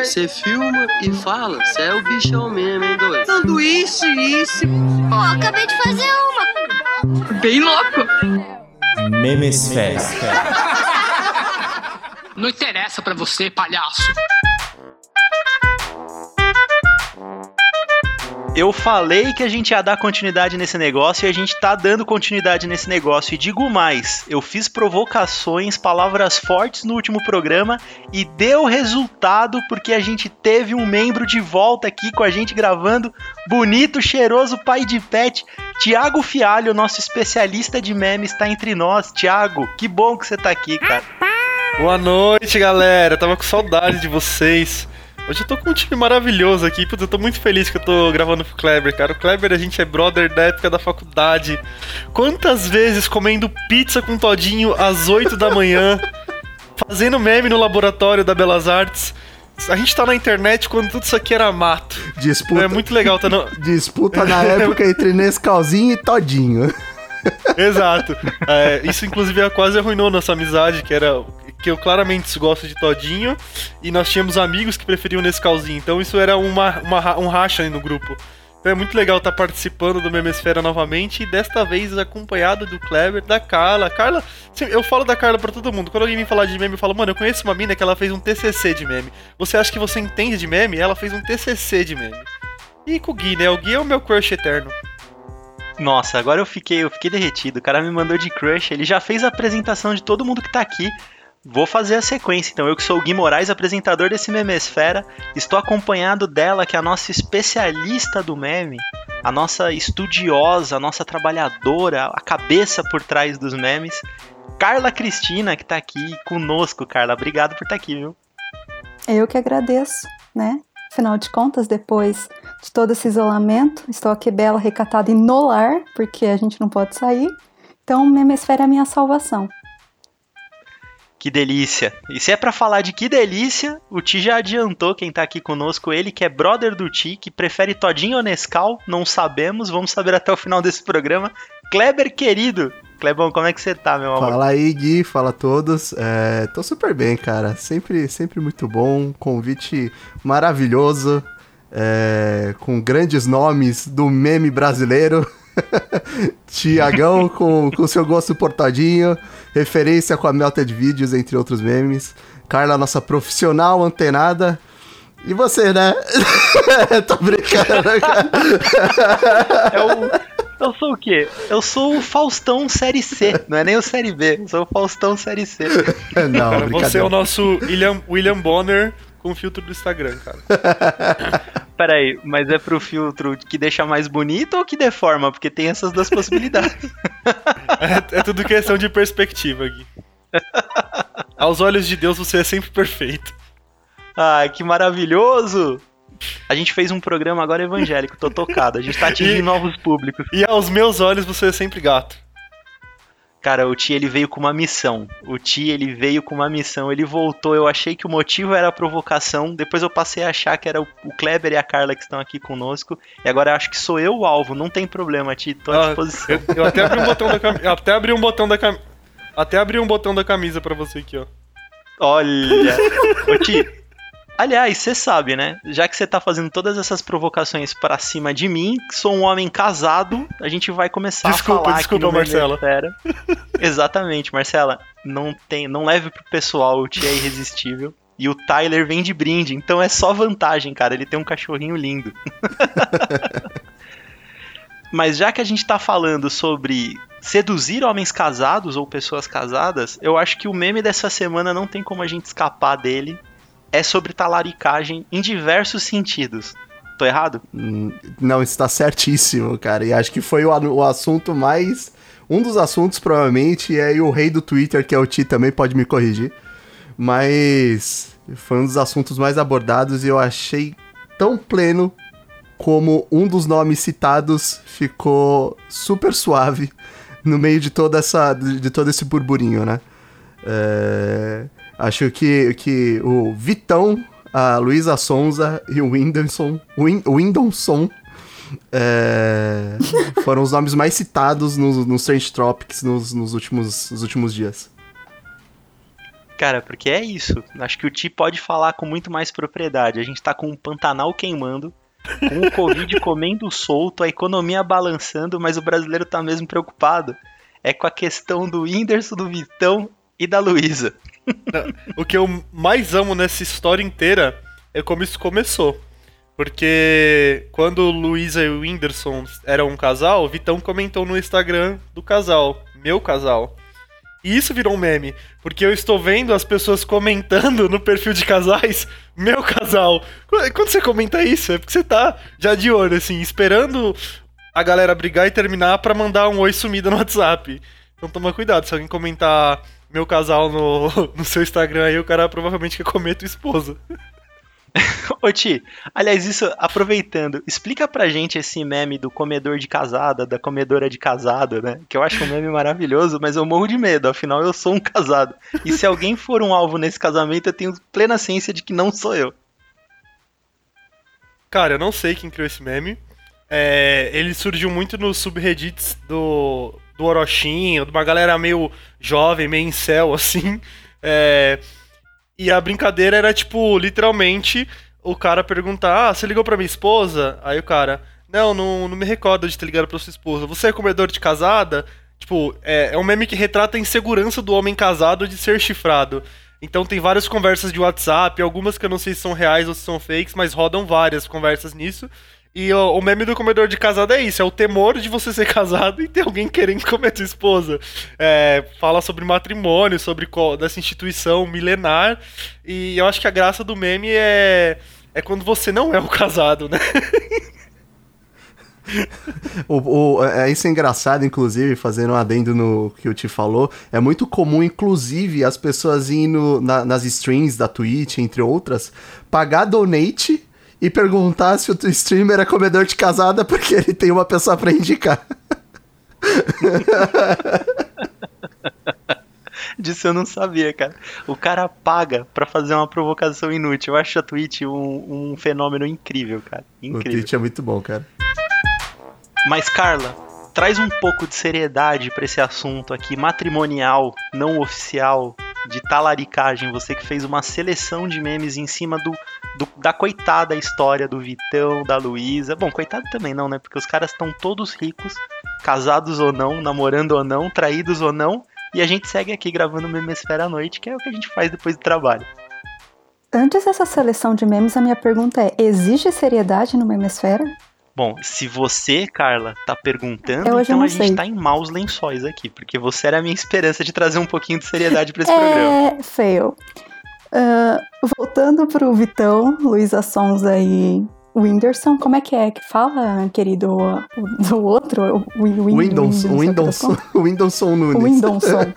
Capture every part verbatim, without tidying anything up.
Você filma e fala, cê é o bichão mesmo, hein, doido? Sanduíche, isso. Pô, acabei de fazer uma. Bem louco. Memesfera. Não interessa pra você, palhaço. Eu falei que a gente ia dar continuidade nesse negócio e a gente tá dando continuidade nesse negócio. E digo mais, eu fiz provocações, palavras fortes no último programa e deu resultado porque a gente teve um membro de volta aqui com a gente gravando, bonito, cheiroso, pai de pet. Thiago Fialho, nosso especialista de memes, tá entre nós. Thiago, que bom que você tá aqui, cara. Boa noite, galera. Eu tava com saudade de vocês. Hoje eu tô com um time maravilhoso aqui, putz, eu tô muito feliz que eu tô gravando com o Kleber, cara. O Kleber, a gente é brother da época da faculdade. Quantas vezes comendo pizza com todinho às oito da manhã, fazendo meme no laboratório da Belas Artes. A gente tá na internet quando tudo isso aqui era mato. Disputa, é muito legal, tá no... Disputa na época entre Nescauzinho e Todinho. Exato. É, isso inclusive quase arruinou nossa amizade, que era... que eu claramente gosto de Todinho, e nós tínhamos amigos que preferiam Nescauzinho, então isso era uma, uma, um racha aí no grupo. Então é muito legal estar participando do Memesfera novamente, e desta vez acompanhado do Kleber, da Carla. Carla, eu falo da Carla pra todo mundo, quando alguém vem falar de meme, eu falo, mano, eu conheço uma mina que ela fez um T C C de meme. Você acha que você entende de meme? Ela fez um T C C de meme. E com o Gui, né? O Gui é o meu crush eterno. Nossa, agora eu fiquei, eu fiquei derretido, o cara me mandou de crush, ele já fez a apresentação de todo mundo que tá aqui. Vou fazer a sequência, então. Eu que sou o Gui Moraes, apresentador desse Memesfera, estou acompanhado dela, que é a nossa especialista do meme, a nossa estudiosa, a nossa trabalhadora, a cabeça por trás dos memes, Carla Cristina, que tá aqui conosco. Carla, obrigado por estar aqui, viu? Eu que agradeço, né? Afinal de contas, depois de todo esse isolamento, estou aqui bela, recatada e no lar, porque a gente não pode sair. Então, o Memesfera é a minha salvação. Que delícia. E se é pra falar de que delícia, o Ti já adiantou quem tá aqui conosco, ele que é brother do Ti, que prefere Todinho ou Nescau, não sabemos, vamos saber até o final desse programa. Kleber querido, Klebão, como é que você tá, meu amor? Fala aí, Gui, fala a todos. É, tô super bem, cara, sempre, sempre muito bom, convite maravilhoso, é, com grandes nomes do meme brasileiro. Tiagão com, com seu gosto por Todinho, referência com a Melted Videos, entre outros memes. Carla, nossa profissional antenada. E você, né? Tô brincando, cara. Eu, eu sou o quê? Eu sou o Faustão Série C, não é nem o Série B, eu sou o Faustão Série C. Não, cara, você é o nosso William, William Bonner com o filtro do Instagram, cara. Peraí, mas é pro filtro que deixa mais bonito ou que deforma? Porque tem essas duas possibilidades. É, é tudo questão de perspectiva, Gui. Aos olhos de Deus você é sempre perfeito. Ai, que maravilhoso! A gente fez um programa agora evangélico, tô tocado. A gente tá atingindo e, novos públicos. E aos meus olhos você é sempre gato. Cara, o Ti, ele veio com uma missão. O Ti, ele veio com uma missão. Ele voltou, eu achei que o motivo era a provocação. Depois eu passei a achar que era o, o Kleber e a Carla que estão aqui conosco. E agora eu acho que sou eu o alvo. Não tem problema, Ti, tô à disposição. Eu, eu até abri um botão da camisa. Até abri um botão da camisa. Até abri um botão da camisa pra você aqui, ó. Olha. Ô, Ti, aliás, você sabe, né? Já que você tá fazendo todas essas provocações pra cima de mim, que sou um homem casado, a gente vai começar desculpa, a falar desculpa, aqui no Marcela. Exatamente, Marcela. Não, tem, não leve pro pessoal, o Ti é irresistível. E o Tyler vem de brinde, então é só vantagem, cara. Ele tem um cachorrinho lindo. Mas já que a gente tá falando sobre seduzir homens casados ou pessoas casadas, eu acho que o meme dessa semana não tem como a gente escapar dele. É sobre talaricagem em diversos sentidos. Tô errado? Não, está certíssimo, cara. E acho que foi o, o assunto mais... Um dos assuntos, provavelmente, e aí o rei do Twitter, que é o Ti, também pode me corrigir. Mas foi um dos assuntos mais abordados e eu achei tão pleno como um dos nomes citados ficou super suave no meio de, toda essa, de todo esse burburinho, né? É... Acho que, que o Vitão, a Luísa Sonza e o Whindersson, Win, Whindersson é, foram os nomes mais citados nos, nos Trend Topics nos, nos, últimos, nos últimos dias. Cara, porque é isso. Acho que o Ti pode falar com muito mais propriedade. A gente tá com um Pantanal queimando, com o Covid comendo solto, a economia balançando, mas o brasileiro tá mesmo preocupado. É com a questão do Whindersson, do Vitão e da Luísa. O que eu mais amo nessa história inteira é como isso começou. Porque quando Luísa e o Whindersson eram um casal, o Vitão comentou no Instagram do casal, meu casal. E isso virou um meme, porque eu estou vendo as pessoas comentando no perfil de casais, meu casal. Quando você comenta isso, é porque você tá já de olho, assim, esperando a galera brigar e terminar pra mandar um oi sumida no WhatsApp. Então toma cuidado, se alguém comentar meu casal no, no seu Instagram aí, o cara provavelmente quer comer tua esposa. Ô Ti, aliás, isso, aproveitando, explica pra gente esse meme do comedor de casada, da comedora de casado, né? Que eu acho um meme maravilhoso, mas eu morro de medo, afinal eu sou um casado. E se alguém for um alvo nesse casamento, eu tenho plena ciência de que não sou eu. Cara, eu não sei quem criou esse meme. É, ele surgiu muito nos subreddits do, do Orochinho, de uma galera meio jovem, meio incel, assim. É... E a brincadeira era, tipo, literalmente, o cara perguntar, ah, você ligou pra minha esposa? Aí o cara, não, não, não me recordo de ter ligado pra sua esposa. Você é comedor de casada? Tipo, é, é um meme que retrata a insegurança do homem casado de ser chifrado. Então tem várias conversas de WhatsApp, algumas que eu não sei se são reais ou se são fakes, mas rodam várias conversas nisso. E o, o meme do comedor de casada é isso, é o temor de você ser casado e ter alguém querendo comer tua esposa. É, fala sobre matrimônio, sobre co, dessa instituição milenar, e eu acho que a graça do meme é, é quando você não é o casado, né? o, o, é, isso é engraçado, inclusive, fazendo um adendo no que o Ti falou, é muito comum, inclusive, as pessoas indo na, nas streams da Twitch, entre outras, pagar donate e perguntar se o streamer é comedor de casada porque ele tem uma pessoa pra indicar. Disso eu não sabia, cara. O cara paga pra fazer uma provocação inútil. Eu acho a Twitch um, um fenômeno incrível, cara. Incrível. O Twitch é muito bom, cara. Mas, Carla, traz um pouco de seriedade pra esse assunto aqui, matrimonial, não oficial, de talaricagem. Você que fez uma seleção de memes em cima do, do da coitada história do Vitão, da Luísa. Bom, coitado também não, né? Porque os caras estão todos ricos, casados ou não, namorando ou não, traídos ou não. E a gente segue aqui gravando Memesfera à noite, que é o que a gente faz depois do trabalho. Antes dessa seleção de memes, a minha pergunta é, existe seriedade no Memesfera? Bom, se você, Carla, tá perguntando, eu então a sei. gente tá em maus lençóis aqui, porque você era a minha esperança de trazer um pouquinho de seriedade pra esse é, programa. É, fail. Uh, voltando pro Vitão, Luísa Sonza e Whindersson, como é que é que fala, querido, o, o outro? O, o, o Whindersson, Whindersson, Whindersson Nunes. O Whindersson.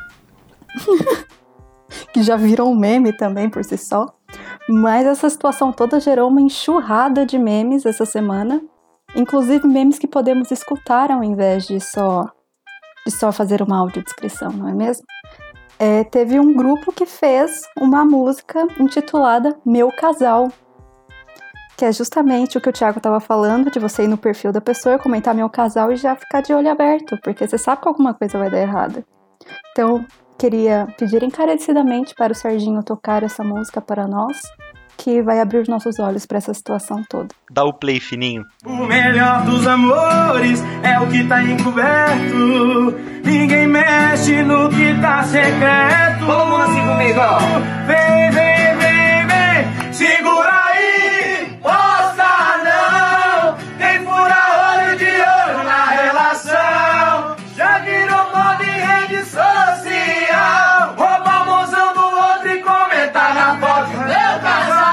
Que já virou um meme também por si só. Mas essa situação toda gerou uma enxurrada de memes essa semana. Inclusive memes que podemos escutar ao invés de só, de só fazer uma audiodescrição, não é mesmo? É, teve um grupo que fez uma música intitulada Meu Casal, que é justamente o que o Thiago estava falando, de você ir no perfil da pessoa, comentar meu casal e já ficar de olho aberto, porque você sabe que alguma coisa vai dar errada. Então, queria pedir encarecidamente para o Serginho tocar essa música para nós, que vai abrir os nossos olhos para essa situação toda. Dá o play fininho. O melhor dos amores é o que tá encoberto. Ninguém mexe no que tá secreto. Todo mundo assim comigo, ó. Vem, vem, vem, vem. Segura aí, posta não. Quem fura olho de olho na relação. Já virou moda em rede social. Roubar o mozão do outro e comentar na foto. Meu casal.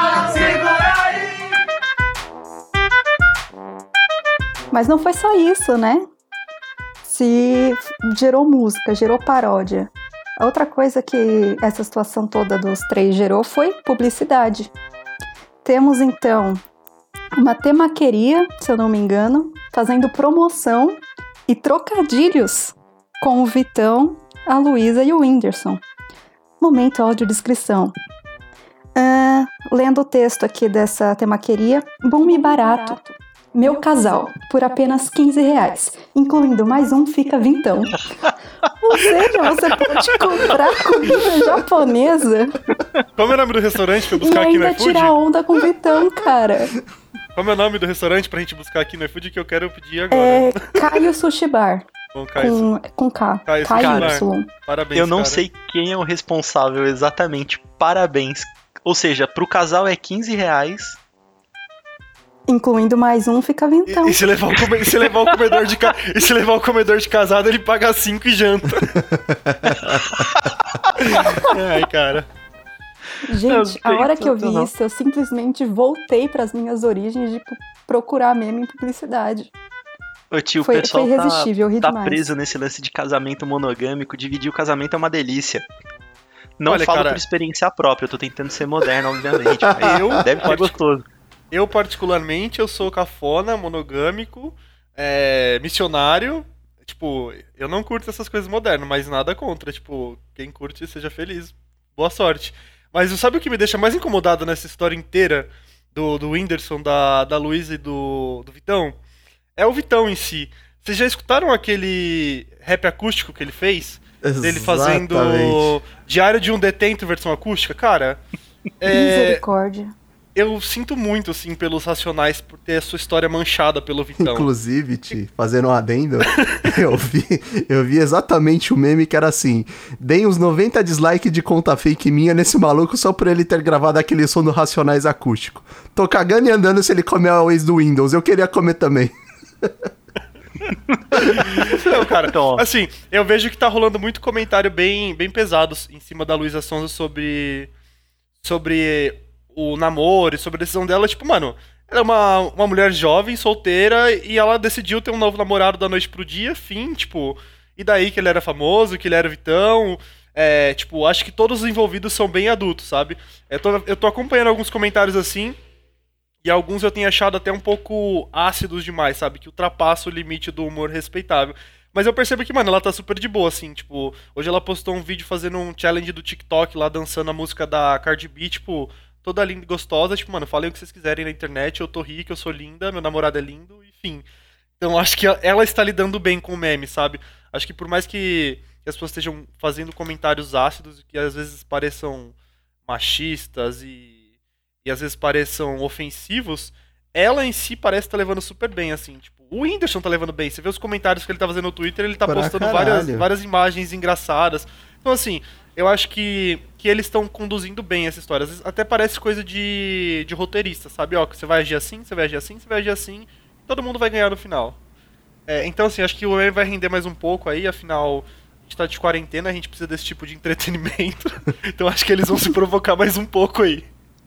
Mas não foi só isso, né? Se gerou música, gerou paródia. A outra coisa que essa situação toda dos três gerou foi publicidade. Temos, então, uma temaqueria, se eu não me engano, fazendo promoção e trocadilhos com o Vitão, a Luísa e o Whindersson. Momento audiodescrição. Uh, lendo o texto aqui dessa temaqueria, bom e barato. Meu casal, por apenas quinze reais, incluindo mais um fica vintão. Ou seja, você pode comprar comida japonesa Como é o nome do restaurante pra eu e buscar aqui no ainda iFood? tirar onda com o Vitão, cara. Como é o nome do restaurante pra gente buscar aqui no iFood que eu quero pedir agora? É Caio Sushi Bar. Bom, Caio, Com, com K. Caio K Sushi Y. parabéns, Eu não cara. sei quem é o responsável exatamente. Parabéns. Ou seja, pro casal é quinze reais. Incluindo mais um, fica vintão. E, e se levar o, come- e se levar o comedor de ca- e se levar o comedor de casado, ele paga cinco e janta. Ai, cara. Gente, a hora que eu vi Sensacional. isso, eu simplesmente voltei pras minhas origens de p- procurar meme em publicidade. Ô tio, Foi- o pessoal foi tá, irresistível, eu ri tá demais. preso nesse lance de casamento monogâmico. Dividir o casamento é uma delícia. Não Olha, falo cara- por experiência própria, eu tô tentando ser moderno, obviamente. Mas Eu, deve ser partic- gostoso. eu, particularmente, eu sou cafona, monogâmico, é, missionário. Tipo, eu não curto essas coisas modernas, mas nada contra. Tipo, quem curte, seja feliz. Boa sorte. Mas sabe o que me deixa mais incomodado nessa história inteira do, do Whindersson, da, da Luísa e do, do Vitão? É o Vitão em si. Vocês já escutaram aquele rap acústico que ele fez? Dele fazendo Exatamente. Diário de um Detento versão acústica? Cara, é, Misericórdia. eu sinto muito, assim, pelos Racionais por ter a sua história manchada pelo Vitão. Inclusive, Ti, fazendo um adendo, eu vi, eu vi exatamente o meme que era assim: dei uns noventa dislikes de conta fake minha nesse maluco só por ele ter gravado aquele som do Racionais acústico. Tô cagando e andando se ele comer o ex do Windows, eu queria comer também. Não, cara, Então, ó. assim, eu vejo que tá rolando muito comentário bem, bem pesado em cima da Luísa Sonza sobre, sobre o namoro e sobre a decisão dela. Tipo, mano, ela é uma, uma mulher jovem, solteira, e ela decidiu ter um novo namorado da noite pro dia, fim, tipo, e daí que ele era famoso, que ele era o Vitão. É, tipo, acho que todos os envolvidos são bem adultos, sabe? Eu tô, eu tô acompanhando alguns comentários assim. E alguns eu tenho achado até um pouco ácidos demais, sabe? Que ultrapassa o limite do humor respeitável. Mas eu percebo que, mano, ela tá super de boa, assim. Tipo, hoje ela postou um vídeo fazendo um challenge do TikTok lá, dançando a música da Cardi B, tipo, toda linda e gostosa. Tipo, mano, falem o que vocês quiserem na internet, eu tô rica, eu sou linda, meu namorado é lindo, enfim. Então acho que ela está lidando bem com o meme, sabe? Acho que por mais que as pessoas estejam fazendo comentários ácidos, que às vezes pareçam machistas e... e às vezes pareçam ofensivos, ela em si parece estar levando super bem, assim, tipo, o Whindersson tá levando bem, você vê os comentários que ele tá fazendo no Twitter, ele tá Pra postando caralho. várias, várias imagens engraçadas, então assim, eu acho que, que eles estão conduzindo bem essa história, às vezes até parece coisa de, de roteirista, sabe, ó, que você vai agir assim, você vai agir assim, você vai agir assim, todo mundo vai ganhar no final. É, então assim, acho que o meme vai render mais um pouco aí, afinal... a gente tá de quarentena, a gente precisa desse tipo de entretenimento, então acho que eles vão se provocar mais um pouco aí.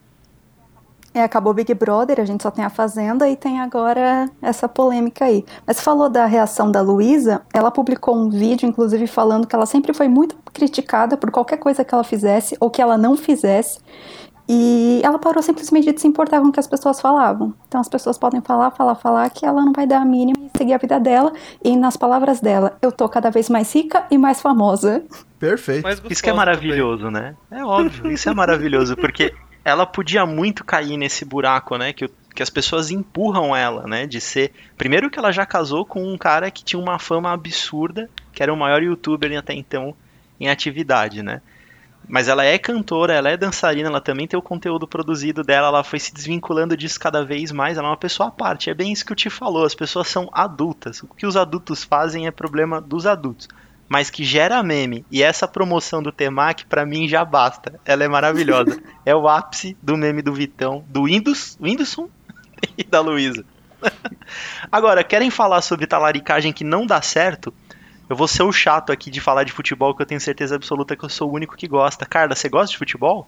É, acabou o Big Brother, a gente só tem a Fazenda e tem agora essa polêmica aí. Mas falou da reação da Luísa, ela publicou um vídeo, inclusive, falando que ela sempre foi muito criticada por qualquer coisa que ela fizesse ou que ela não fizesse. E ela parou simplesmente de se importar com o que as pessoas falavam. Então as pessoas podem falar, falar, falar, que ela não vai dar a mínima e seguir a vida dela. E nas palavras dela, eu tô cada vez mais rica e mais famosa. Perfeito. Mais Isso que é gostosa maravilhoso, né? É óbvio, isso é maravilhoso, porque ela podia muito cair nesse buraco, né? Que, o- que as pessoas empurram ela, né? De ser. Primeiro que ela já casou com um cara que tinha uma fama absurda, que era o maior youtuber até então em atividade, né? Mas ela é cantora, ela é dançarina, ela também tem o conteúdo produzido dela, ela foi se desvinculando disso cada vez mais, ela é uma pessoa à parte. É bem isso que o Ti falou, as pessoas são adultas. O que os adultos fazem é problema dos adultos. Mas que gera meme. E essa promoção do Temac, pra mim, já basta. Ela é maravilhosa. É o ápice do meme do Vitão, do Windows, Whindersson e da Luísa. Agora, querem falar sobre talaricagem que não dá certo? Eu vou ser o chato aqui de falar de futebol, que eu tenho certeza absoluta que eu sou o único que gosta. Carla, você gosta de futebol?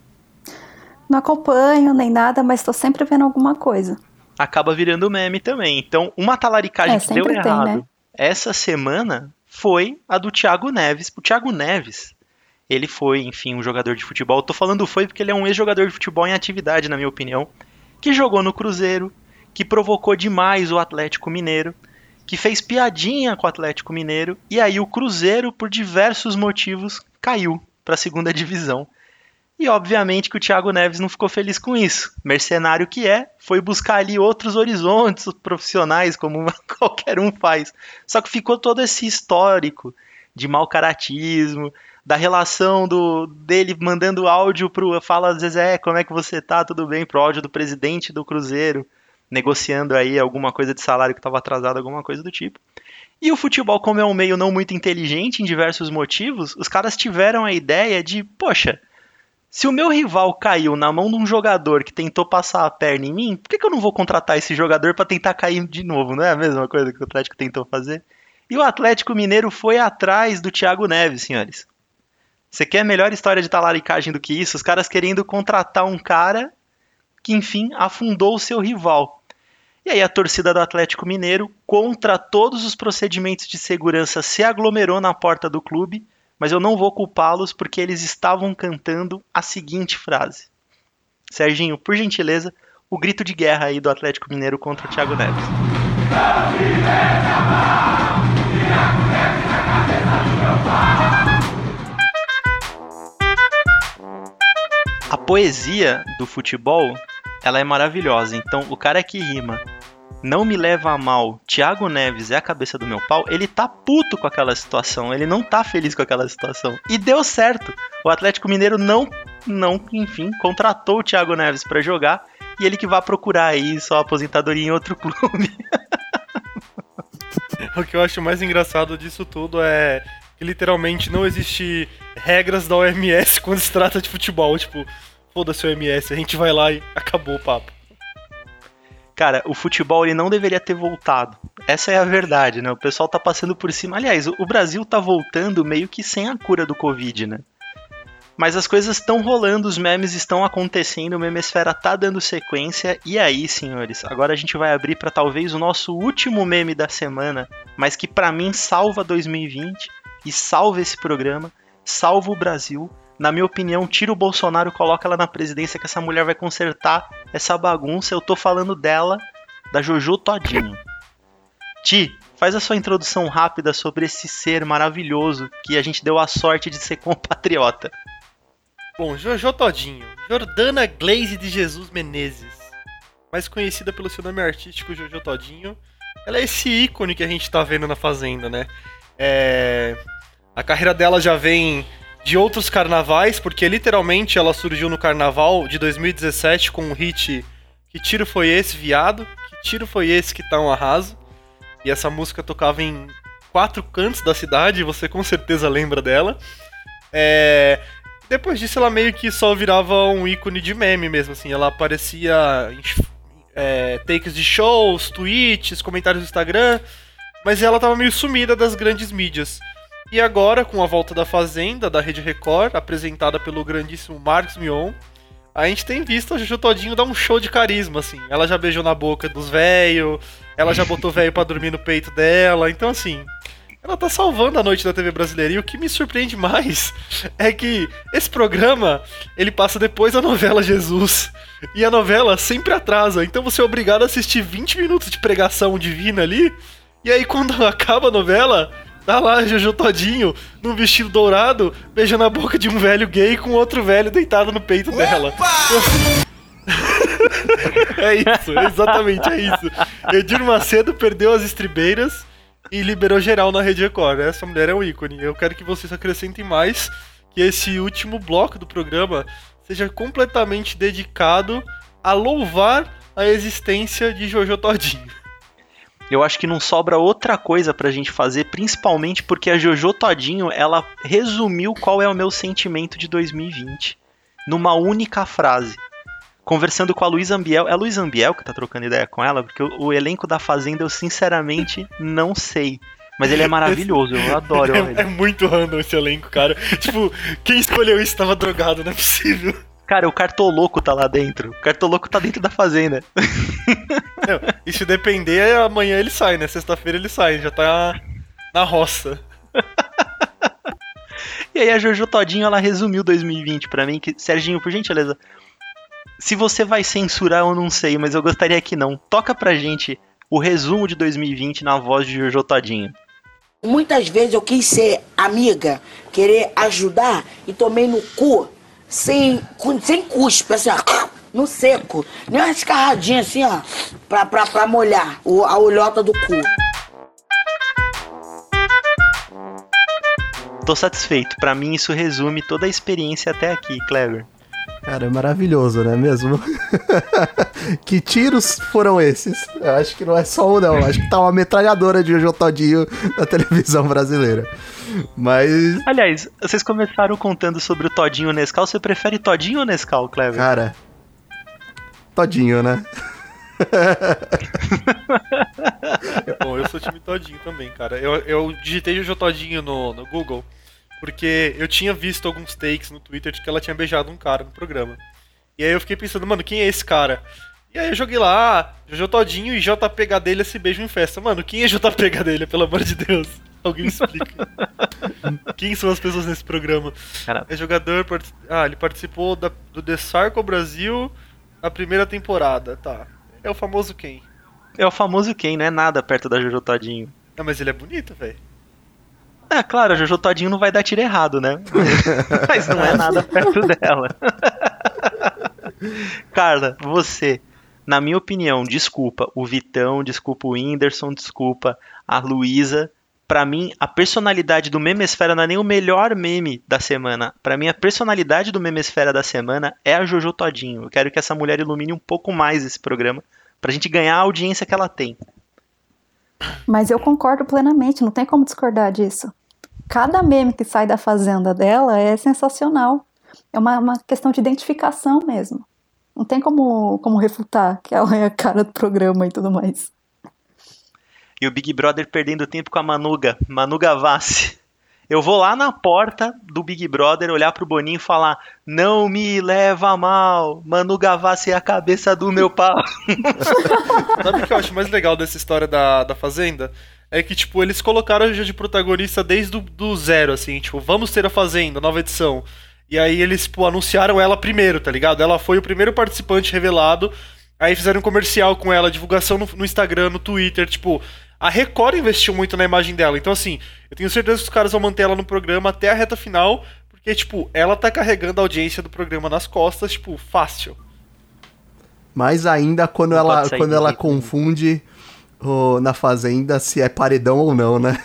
Não acompanho nem nada, mas tô sempre vendo alguma coisa. Acaba virando meme também. Então, uma talaricagem É, que deu sempre tem, errado né? essa semana foi a do Thiago Neves. O Thiago Neves, ele foi, enfim, um jogador de futebol. Eu tô falando foi porque ele é um ex-jogador de futebol em atividade, na minha opinião, que jogou no Cruzeiro, que provocou demais o Atlético Mineiro, que fez piadinha com o Atlético Mineiro, e aí o Cruzeiro, por diversos motivos, caiu para a segunda divisão. E obviamente que o Thiago Neves não ficou feliz com isso. Mercenário que é, foi buscar ali outros horizontes profissionais, como qualquer um faz. Só que ficou todo esse histórico de mau caratismo, da relação do, dele mandando áudio pro Fala Zezé, como é que você tá, tudo bem, pro áudio do presidente do Cruzeiro, negociando aí alguma coisa de salário que estava atrasado, alguma coisa do tipo. E o futebol, como é um meio não muito inteligente em diversos motivos, os caras tiveram a ideia de, poxa, se o meu rival caiu na mão de um jogador que tentou passar a perna em mim, por que, que eu não vou contratar esse jogador para tentar cair de novo? Não é a mesma coisa que o Atlético tentou fazer? E o Atlético Mineiro foi atrás do Thiago Neves, senhores. Você quer melhor história de talaricagem do que isso? Os caras querendo contratar um cara que, enfim, afundou o seu rival. E aí a torcida do Atlético Mineiro, contra todos os procedimentos de segurança, se aglomerou na porta do clube, mas eu não vou culpá-los porque eles estavam cantando a seguinte frase. Serginho, por gentileza, o grito de guerra aí do Atlético Mineiro contra o Thiago Neves. A poesia do futebol, ela é maravilhosa. Então, o cara que rima não me leva a mal, Thiago Neves é a cabeça do meu pau, ele tá puto com aquela situação, ele não tá feliz com aquela situação. E deu certo. O Atlético Mineiro não, não enfim, contratou o Thiago Neves pra jogar e ele que vai procurar aí sua aposentadoria em outro clube. O que eu acho mais engraçado disso tudo é que literalmente não existe regras da O M S quando se trata de futebol. Tipo, foda-se o O M S, a gente vai lá e acabou o papo. Cara, o futebol ele não deveria ter voltado. Essa é a verdade, né? O pessoal tá passando por cima. Aliás, o Brasil tá voltando meio que sem a cura do Covid, né? Mas as coisas estão rolando, os memes estão acontecendo, o Memesfera tá dando sequência. E aí, senhores, agora a gente vai abrir para talvez o nosso último meme da semana, mas que pra mim salva dois mil e vinte e salva esse programa, salva o Brasil. Na minha opinião, tira o Bolsonaro, coloca ela na presidência que essa mulher vai consertar essa bagunça. Eu tô falando dela, da Jojo Todinho. Ti, faz a sua introdução rápida sobre esse ser maravilhoso que a gente deu a sorte de ser compatriota. Bom, Jojo Todinho, Jordana Glaze de Jesus Menezes, mais conhecida pelo seu nome artístico Jojo Todinho. Ela é esse ícone que a gente tá vendo na Fazenda, né? É... A carreira dela já vem de outros carnavais, porque literalmente ela surgiu no carnaval de dois mil e dezessete com o hit Que Tiro Foi Esse, Viado? Que Tiro Foi Esse que tá um arraso? E essa música tocava em quatro cantos da cidade, você com certeza lembra dela. É... Depois disso ela meio que só virava um ícone de meme mesmo, assim. Ela aparecia em é, takes de shows, tweets, comentários no Instagram, mas ela tava meio sumida das grandes mídias. E agora, com a volta da Fazenda, da Rede Record, apresentada pelo grandíssimo Marcos Mion, a gente tem visto a Jojo Todinho dar um show de carisma, assim. Ela já beijou na boca dos velhos, ela já botou velho pra dormir no peito dela, então assim, ela tá salvando a noite da T V brasileira. E o que me surpreende mais é que esse programa, ele passa depois da novela Jesus, e a novela sempre atrasa, então você é obrigado a assistir vinte minutos de pregação divina ali, e aí quando acaba a novela, tá lá Jojo Todinho, num vestido dourado, beijando a boca de um velho gay com outro velho deitado no peito dela. É isso, exatamente, é isso. Edir Macedo perdeu as estribeiras e liberou geral na Rede Record. Essa mulher é um ícone. Eu quero que vocês acrescentem mais, que esse último bloco do programa seja completamente dedicado a louvar a existência de Jojo Todinho. Eu acho que não sobra outra coisa pra gente fazer, principalmente porque a Jojo Todinho, ela resumiu qual é o meu sentimento de dois mil e vinte numa única frase. Conversando com a Luísa Ambiel, é a Luísa Ambiel que tá trocando ideia com ela, porque o, o elenco da Fazenda eu sinceramente não sei. Mas ele é maravilhoso, eu adoro é, ele. É muito random esse elenco, cara. Tipo, quem escolheu isso tava drogado, não é possível. Cara, o Cartoloco tá lá dentro. O Cartoloco tá dentro da Fazenda. Não, e se depender, amanhã ele sai, né? Sexta-feira ele sai, já tá na roça. E aí a Jojo Todinho, ela resumiu dois mil e vinte pra mim, que, Serginho, por gentileza, se você vai censurar eu não sei, mas eu gostaria que não. Toca pra gente o resumo de dois mil e vinte na voz de Jojo Todinho. Muitas vezes eu quis ser amiga, querer ajudar e tomei no cu, sem, sem cuspe, assim, ó, no seco. Nem uma escarradinha assim, ó, pra, pra, pra molhar o, a olhota do cu. tô satisfeito. Pra mim isso resume toda a experiência até aqui, Clever. Cara, é maravilhoso, não é mesmo? Que tiros foram esses? Eu acho que não é só um, não. Acho que tá uma metralhadora de Jojo Todinho na televisão brasileira. Mas... Aliás, vocês começaram contando sobre o Todinho Nescau. Você prefere Todinho ou Nescau, Clever? Cara, Todinho, né? Bom, eu sou time Todinho também, cara. Eu, eu digitei Jojo Todinho no, no Google porque eu tinha visto alguns takes no Twitter de que ela tinha beijado um cara no programa. E aí eu fiquei pensando, mano, quem é esse cara? E aí eu joguei lá, ah, Jojo Todinho e J P Gadelha se beijam em festa. Mano, quem é J P Gadelha, pelo amor de Deus? Alguém me explica. Quem são as pessoas nesse programa? Caramba. É jogador... Part... Ah, ele participou da, do The Circle Brasil na primeira temporada, tá. É o famoso quem? É o famoso quem, não é nada perto da Jojo Todinho. Não, mas ele é bonito, velho. É, claro, a Jojo Todinho não vai dar tiro errado, né? Mas não é nada perto dela. Carla, você, na minha opinião, desculpa o Vitão, desculpa o Whindersson, desculpa a Luísa. Pra mim, a personalidade do Memesfera não é nem o melhor meme da semana. Pra mim, a personalidade do Memesfera da semana é a Jojo Todinho. Eu quero que essa mulher ilumine um pouco mais esse programa pra gente ganhar a audiência que ela tem. Mas eu concordo plenamente, não tem como discordar disso. Cada meme que sai da fazenda dela é sensacional. É uma, uma questão de identificação mesmo. Não tem como, como refutar que ela é a cara do programa e tudo mais. E o Big Brother perdendo tempo com a Manuga, Manu Gavassi. Eu vou lá na porta do Big Brother olhar pro Boninho e falar: não me leva mal, Manu Gavassi é a cabeça do meu pau. Sabe o que eu acho mais legal dessa história da, da Fazenda? É que, tipo, eles colocaram a Jojo de protagonista desde do, do zero, assim, tipo, vamos ter a Fazenda, nova edição. E aí eles, tipo, anunciaram ela primeiro, tá ligado? Ela foi o primeiro participante revelado, aí fizeram um comercial com ela, divulgação no, no Instagram, no Twitter, tipo... A Record investiu muito na imagem dela, então assim, eu tenho certeza que os caras vão manter ela no programa até a reta final, porque, tipo, ela tá carregando a audiência do programa nas costas, tipo, fácil. Mais ainda quando Não ela, quando ela confunde oh, na Fazenda se é paredão ou não, né?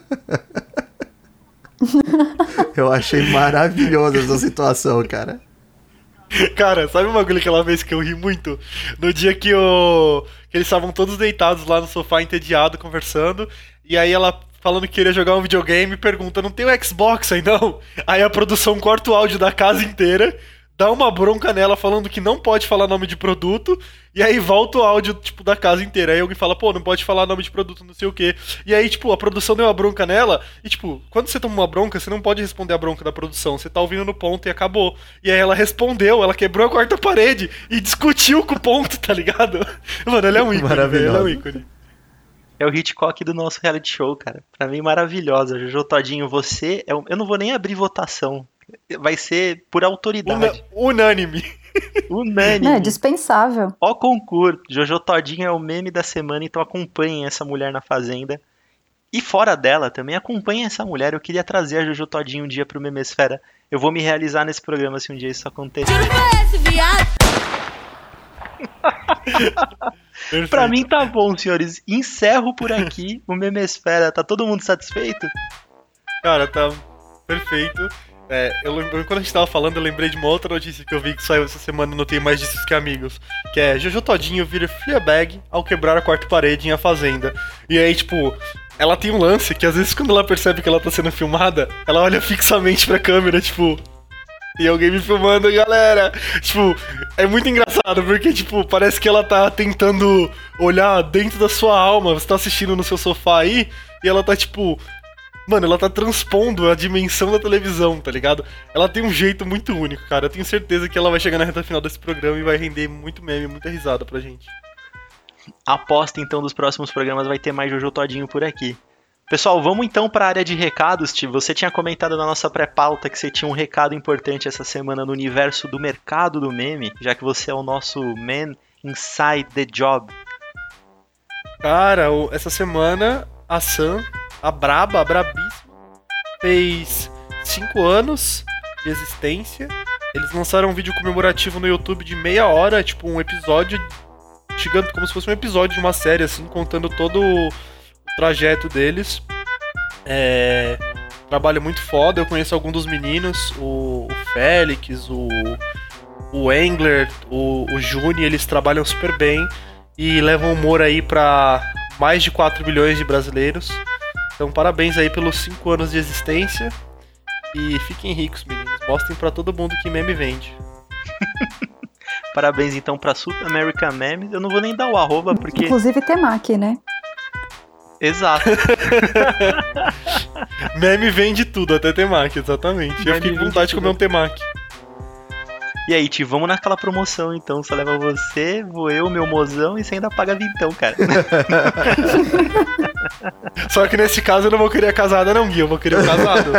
Eu achei maravilhosa essa situação, cara. Cara, sabe uma bagulho que ela fez que eu ri muito? No dia que, o... que eles estavam todos deitados lá no sofá, entediado, conversando, e aí ela, falando que queria jogar um videogame, pergunta, não tem o Xbox aí não? Aí a produção corta o áudio da casa inteira, dá uma bronca nela falando que não pode falar nome de produto, e aí volta o áudio, tipo, da casa inteira. Aí alguém fala, pô, não pode falar nome de produto, não sei o quê. E aí, tipo, a produção deu uma bronca nela, e tipo, quando você toma uma bronca, você não pode responder a bronca da produção, você tá ouvindo no ponto e acabou. E aí ela respondeu, ela quebrou a quarta parede e discutiu com o ponto, tá ligado? Mano, ela é um ícone, velho, ela é um ícone. É o Hitchcock do nosso reality show, cara. Pra mim, maravilhosa. Jojo Todinho, você... É um... Eu não vou nem abrir votação. Vai ser por autoridade. Una... Unânime. Unânime. Não, é dispensável. Ó concurso. Jojo Todinho é o meme da semana, então acompanhem essa mulher na Fazenda. E fora dela também, acompanhem essa mulher. Eu queria trazer a Jojo Todinho um dia pro Memesfera. Eu vou me realizar nesse programa se um dia isso acontecer. Pra mim tá bom, senhores. Encerro por aqui o Memesfera. Tá todo mundo satisfeito? Cara, tá perfeito. É, eu lembro, quando a gente tava falando, eu lembrei de uma outra notícia que eu vi que saiu essa semana, não tenho mais disso que amigos. Que é, Jojo Todinho vira Fleabag ao quebrar a quarta parede em A Fazenda. E aí, tipo, ela tem um lance que às vezes quando ela percebe que ela tá sendo filmada, ela olha fixamente pra câmera, tipo... Tem alguém me filmando, galera! Tipo, é muito engraçado, porque, tipo, parece que ela tá tentando olhar dentro da sua alma. Você tá assistindo no seu sofá aí, e ela tá, tipo... Mano, ela tá transpondo a dimensão da televisão, tá ligado? Ela tem um jeito muito único, cara. Eu tenho certeza que ela vai chegar na reta final desse programa e vai render muito meme, muita risada pra gente. Aposta, então, dos próximos programas vai ter mais Jojo Todinho por aqui. Pessoal, vamos então para a área de recados, Steve. Você tinha comentado na nossa pré-pauta que você tinha um recado importante essa semana no universo do mercado do meme, já que você é o nosso man inside the job. Cara, essa semana a Sam, a braba, a brabíssima, fez cinco anos de existência. Eles lançaram um vídeo comemorativo no YouTube de meia hora, tipo um episódio gigante, como se fosse um episódio de uma série, assim, contando todo o trajeto deles. É... trabalho muito foda. Eu conheço alguns dos meninos, o, o Félix, o, o Engler, o, o Juni, eles trabalham super bem e levam humor aí pra mais de quatro milhões de brasileiros. Então parabéns aí pelos cinco anos de existência e fiquem ricos, meninos. Mostrem pra todo mundo que meme vende. Parabéns então pra Super American Memes. Eu não vou nem dar o arroba porque... Inclusive Temaki, né? Exato. Meme vende tudo, até temaki, exatamente. Meme eu fiquei com vontade de comer um temaki. E aí, Ti, vamos naquela promoção então. Só leva você, vou eu, meu mozão e você ainda paga vintão, cara. Só que nesse caso eu não vou querer a casada não, Gui, eu vou querer o casado.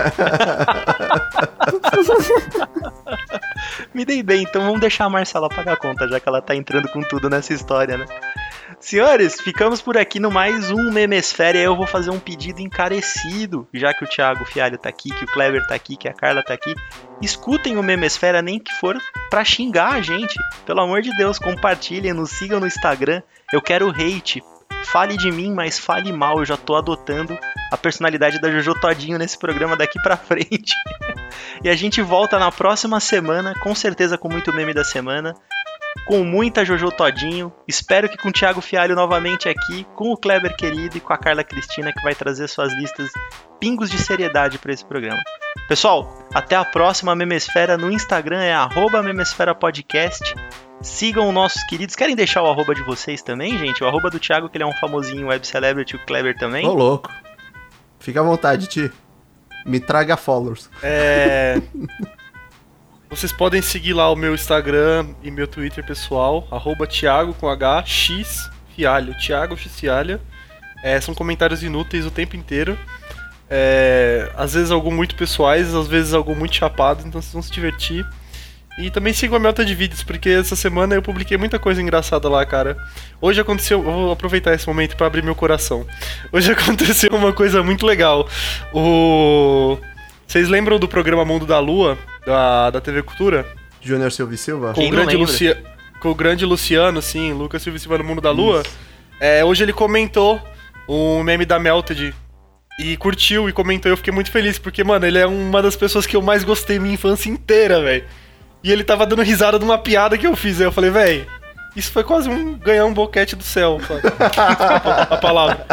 Me dei bem, então vamos deixar a Marcela pagar a conta, já que ela tá entrando com tudo nessa história, né? Senhores, ficamos por aqui no mais um Memesfera e aí eu vou fazer um pedido encarecido, já que o Thiago Fialho tá aqui, que o Kleber tá aqui, que a Carla tá aqui. Escutem o Memesfera, nem que for pra xingar a gente. Pelo amor de Deus, compartilhem, nos sigam no Instagram. Eu quero hate. Fale de mim, mas fale mal. Eu já tô adotando a personalidade da Jojo Todinho nesse programa daqui pra frente. E a gente volta na próxima semana, com certeza com muito meme da semana, com muita Jojo Todinho. Espero que com o Thiago Fialho novamente aqui, com o Kleber querido e com a Carla Cristina, que vai trazer suas listas pingos de seriedade para esse programa. Pessoal, até a próxima. Memesfera no Instagram é arroba Memesfera Podcast. Sigam nossos queridos. Querem deixar o arroba de vocês também, gente? O arroba do Thiago, que ele é um famosinho web celebrity, o Kleber também. Ô, louco. Fica à vontade, Ti. Me traga followers. É... Vocês podem seguir lá o meu Instagram e meu Twitter pessoal, arroba Thiago com H, X Fialho, Thiago X Fialho. É, são comentários inúteis o tempo inteiro. É, às vezes alguns muito pessoais, às vezes alguns muito chapados, então vocês vão se divertir. E também sigam a Melta de Vídeos, porque essa semana eu publiquei muita coisa engraçada lá, cara. Hoje aconteceu, eu vou aproveitar esse momento pra abrir meu coração. Hoje aconteceu uma coisa muito legal. O... Vocês lembram do programa Mundo da Lua, da, da T V Cultura? Júnior Silva e Silva? Com o, grande Lucia... Com o grande Luciano, sim, Lucas Silva e Silva no Mundo da Lua. É, hoje ele comentou o meme da Melted. E curtiu e comentou, eu fiquei muito feliz, porque, mano, ele é uma das pessoas que eu mais gostei minha infância inteira, velho. E ele tava dando risada de uma piada que eu fiz. Aí eu falei, velho, isso foi quase um ganhar um boquete do céu. a, a palavra.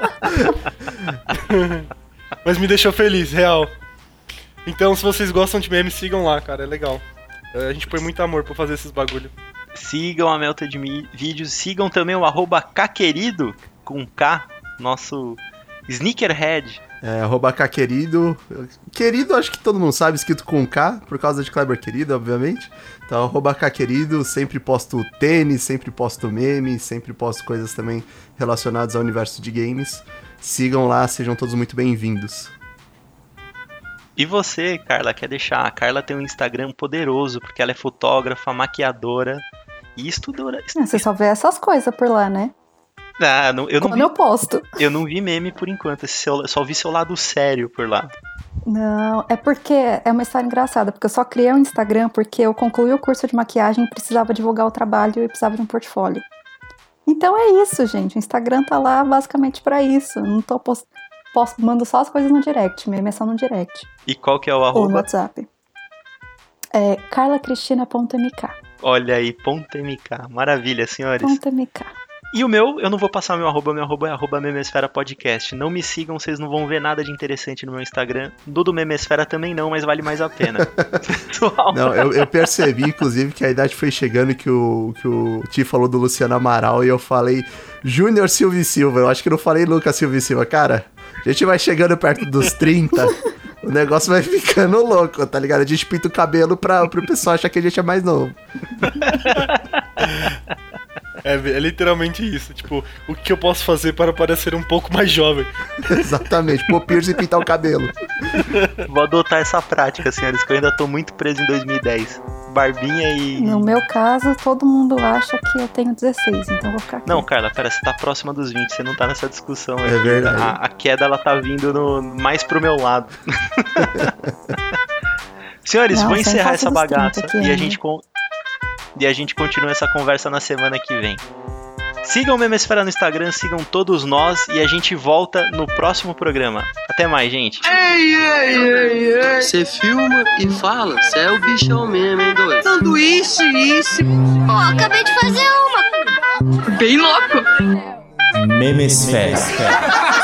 Mas me deixou feliz, real. Então, se vocês gostam de memes, sigam lá, cara, é legal. A gente põe muito amor pra fazer esses bagulho. Sigam a Melta de Vídeos, sigam também o arroba Kquerido, com K, nosso Sneakerhead. É, arroba Kquerido. Querido, acho que todo mundo sabe, escrito com K, por causa de Kleber Querido, obviamente. Então, arroba Kquerido, sempre posto tênis, sempre posto memes, sempre posto coisas também relacionadas ao universo de games. Sigam lá, sejam todos muito bem-vindos. E você, Carla, quer deixar? A Carla tem um Instagram poderoso, porque ela é fotógrafa, maquiadora e estudora. Ah, você só vê essas coisas por lá, né? Ah, não, eu não Quando vi, eu posto. Eu não vi meme por enquanto, esse seu, só vi seu lado sério por lá. Não, é porque é uma história engraçada, porque eu só criei um Instagram porque eu concluí o curso de maquiagem e precisava divulgar o trabalho e precisava de um portfólio. Então é isso, gente, o Instagram tá lá basicamente pra isso, não tô post... posto, mando só as coisas no direct, meme é só no direct. E qual que é o arroba? Ou no WhatsApp. É carla cristina ponto m k. Olha aí, ponto .mk, maravilha, senhores. Ponto .mk. E o meu, eu não vou passar meu arroba, meu arroba é arroba Memesfera Podcast. Não me sigam, vocês não vão ver nada de interessante no meu Instagram. Do do Memesfera também não, mas vale mais a pena. Não, eu, eu percebi, inclusive, que a idade foi chegando que o, que o Ti falou do Luciano Amaral e eu falei Júnior Silva e Silva. Eu acho que não falei Lucas Silva e Silva. Cara, a gente vai chegando perto dos trinta, o negócio vai ficando louco, tá ligado? A gente pinta o cabelo pra, pro pessoal achar que a gente é mais novo. É, é literalmente isso, tipo, o que eu posso fazer para parecer um pouco mais jovem? Exatamente, pôr piercing e pintar o cabelo. Vou adotar essa prática, senhores, que eu ainda tô muito preso em dois mil e dez. Barbinha e... No meu caso, todo mundo acha que eu tenho dezesseis, então eu vou ficar aqui. Não, Carla, pera, você tá próxima dos vinte, você não tá nessa discussão. É aqui. Verdade. A, a queda, ela tá vindo no, mais pro meu lado. Senhores, não, vou encerrar essa bagaça aqui, e, a gente con... e a gente continua essa conversa na semana que vem. Sigam o Memesfera no Instagram, sigam todos nós e a gente volta no próximo programa. Até mais, gente. Ei, ei, ei, ei. Você filma e fala, você é o bichão mesmo, hein, doido? Sanduíche, isso. Pô, acabei de fazer uma. Bem louco. Memesfera.